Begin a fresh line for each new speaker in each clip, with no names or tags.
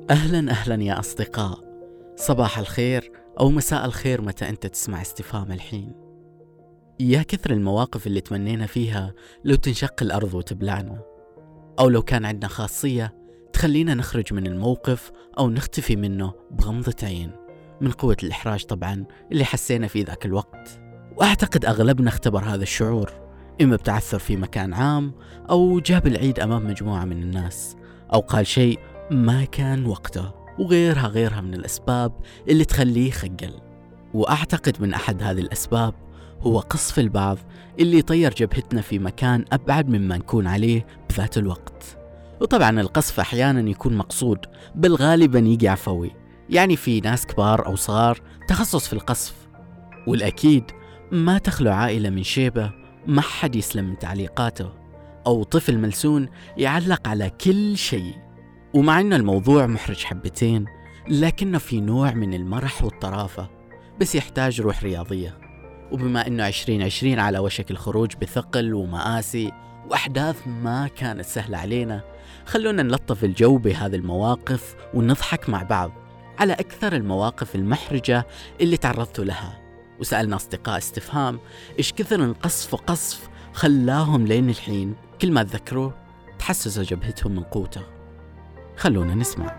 أهلا أهلا يا أصدقاء، صباح الخير أو مساء الخير متى أنت تسمع استفهام الحين. يا كثر المواقف اللي تمنينا فيها لو تنشق الأرض وتبلعنا، أو لو كان عندنا خاصية تخلينا نخرج من الموقف أو نختفي منه بغمضة عين، من قوة الإحراج طبعا اللي حسينا في ذاك الوقت. وأعتقد أغلبنا اختبر هذا الشعور، إما بتعثر في مكان عام، أو جاب العيد أمام مجموعة من الناس، أو قال شيء ما كان وقته، وغيرها من الأسباب اللي تخليه خجل. وأعتقد من أحد هذه الأسباب هو قصف البعض اللي يطير جبهتنا في مكان أبعد مما نكون عليه بذات الوقت. وطبعا القصف أحيانا يكون مقصود، بل غالبا يجي عفوي، يعني في ناس كبار أو صغار تخصص في القصف. والأكيد ما تخلو عائلة من شيبة ما حد يسلم من تعليقاته، أو طفل ملسون يعلق على كل شيء. ومع أن الموضوع محرج حبتين، لكنه في نوع من المرح والطرافة، بس يحتاج روح رياضية. وبما أنه 2020 على وشك الخروج بثقل ومآسي وأحداث ما كانت سهلة علينا، خلونا نلطف الجو بهذه المواقف ونضحك مع بعض على أكثر المواقف المحرجة اللي تعرضتوا لها. وسألنا أصدقاء استفهام إيش كثر القصف وقصف خلاهم لين الحين كل ما تذكروه تحسسوا جبهتهم من قوته. خلونا نسمع.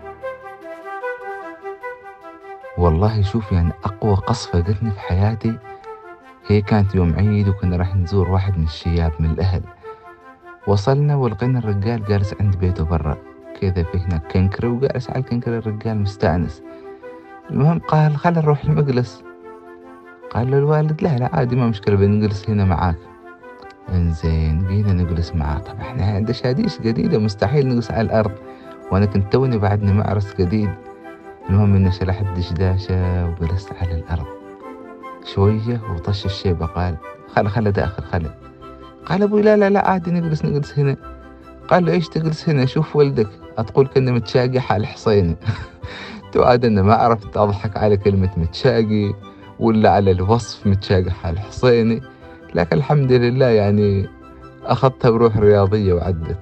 والله شوف، يعني أقوى قصفة جتني في حياتي هي كانت يوم عيد، وكنا راح نزور واحد من الشياب من الأهل. وصلنا ولقينا الرجال جالس عند بيته برا كذا، في هناك كنكرة وجالس على الكنكرة الرجال مستأنس. المهم قال خلنا نروح المجلس. قال له الوالد لا عادي ما مشكلة، بنجلس هنا معاك. انزين جينا نجلس معاه. طبعا احنا عند شاديش جديدة مستحيل نجلس على الأرض، وأنا كنت توني بعدني معرس جديد. المهم إنه شلحت دشداشة وجلست على الأرض شوية، وطش الشيبة قال خلا داخل. قال أبوي لا عادي نجلس هنا. قال له إيش تجلس هنا؟ شوف ولدك أتقول كنا متشاقي على الحصيني. توعد أنا ما عرفت أضحك على كلمة متشاقي ولا على الوصف متشاقي على الحصيني، لكن الحمد لله يعني أخذتها بروح رياضية وعدت.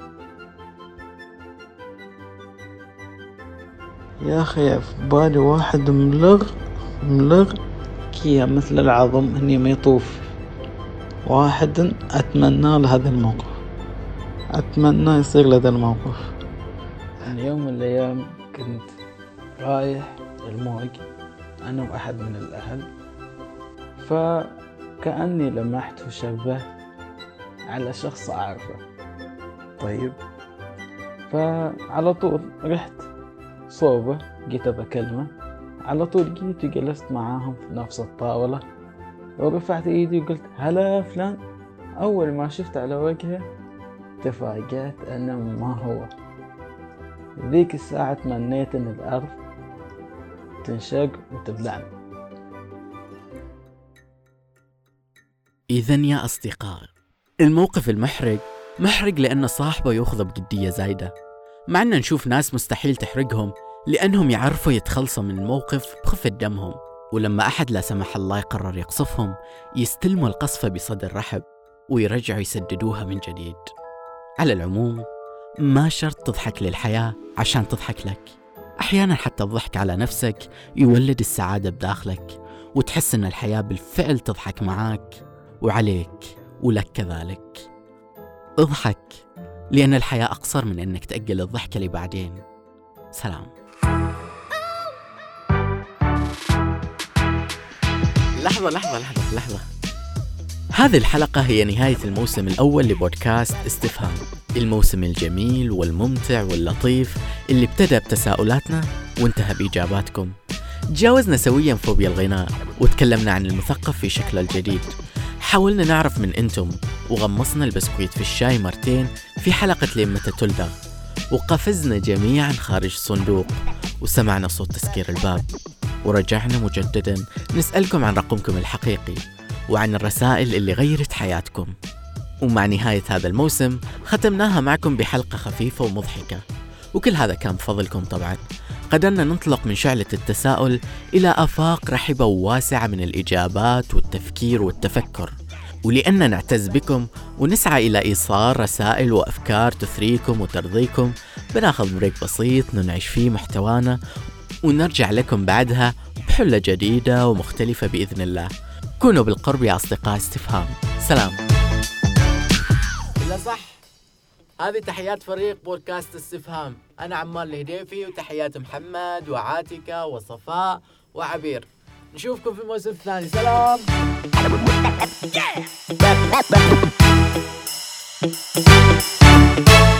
يا أخي في بالي واحد ملغ كيا مثل العظم إني ما يطوف. واحد أتمنى لهذا الموقف، أتمنى يصير لهذا الموقف. يعني يوم من الأيام كنت رايح الموج أنا وأحد من الأهل، فكأني لمحت وشبه على شخص أعرفه. طيب، فعلى طول رحت صوبه، جيت بكلمه، على طول جيت وجلست معاهم في نفس الطاولة، ورفعت ايدي وقلت هلا فلان. اول ما شفت على وجهه تفاجأت انه ما هو. ذيك الساعة تمنيت ان الارض تنشق وتبلعني.
إذن يا أصدقاء، الموقف محرج لأن صاحبه يأخذ بجدية زايدة، مع أن نشوف ناس مستحيل تحرجهم لأنهم يعرفوا يتخلصوا من الموقف بخفة دمهم. ولما أحد لا سمح الله يقرر يقصفهم، يستلموا القصفة بصدر رحب ويرجعوا يسددوها من جديد. على العموم، ما شرط تضحك للحياة عشان تضحك لك. أحيانا حتى الضحك على نفسك يولد السعادة بداخلك، وتحس أن الحياة بالفعل تضحك معاك وعليك ولك كذلك. اضحك، لأن الحياة أقصر من أنك تأجل الضحكة لبعدين. سلام. لحظة. هذه الحلقة هي نهاية الموسم الأول لبودكاست استفهام، الموسم الجميل والممتع واللطيف اللي ابتدأ بتساؤلاتنا وانتهى بإجاباتكم. تجاوزنا سويا فوبيا الغناء، وتكلمنا عن المثقف في شكله الجديد. حاولنا نعرف من أنتم، وغمصنا البسكويت في الشاي مرتين في حلقة لمة تلدغ، وقفزنا جميعا خارج الصندوق، وسمعنا صوت تسكير الباب، ورجعنا مجددا نسألكم عن رقمكم الحقيقي وعن الرسائل اللي غيرت حياتكم. ومع نهاية هذا الموسم ختمناها معكم بحلقة خفيفة ومضحكة، وكل هذا كان بفضلكم طبعا. قدرنا ننطلق من شعلة التساؤل إلى آفاق رحبة وواسعة من الإجابات والتفكير والتفكر. ولأننا نعتز بكم ونسعى إلى إيصال رسائل وأفكار تثريكم وترضيكم، بناخذ بريك بسيط ننعش فيه محتوانا، ونرجع لكم بعدها بحلة جديدة ومختلفة بإذن الله. كونوا بالقرب يا أصدقاء استفهام. سلام. لا صح، هذه تحيات فريق بودكاست استفهام. أنا عمار الهديفي، وتحيات محمد وعاتكة وصفاء وعبير. نشوفكم في الموسم الثاني. سلام.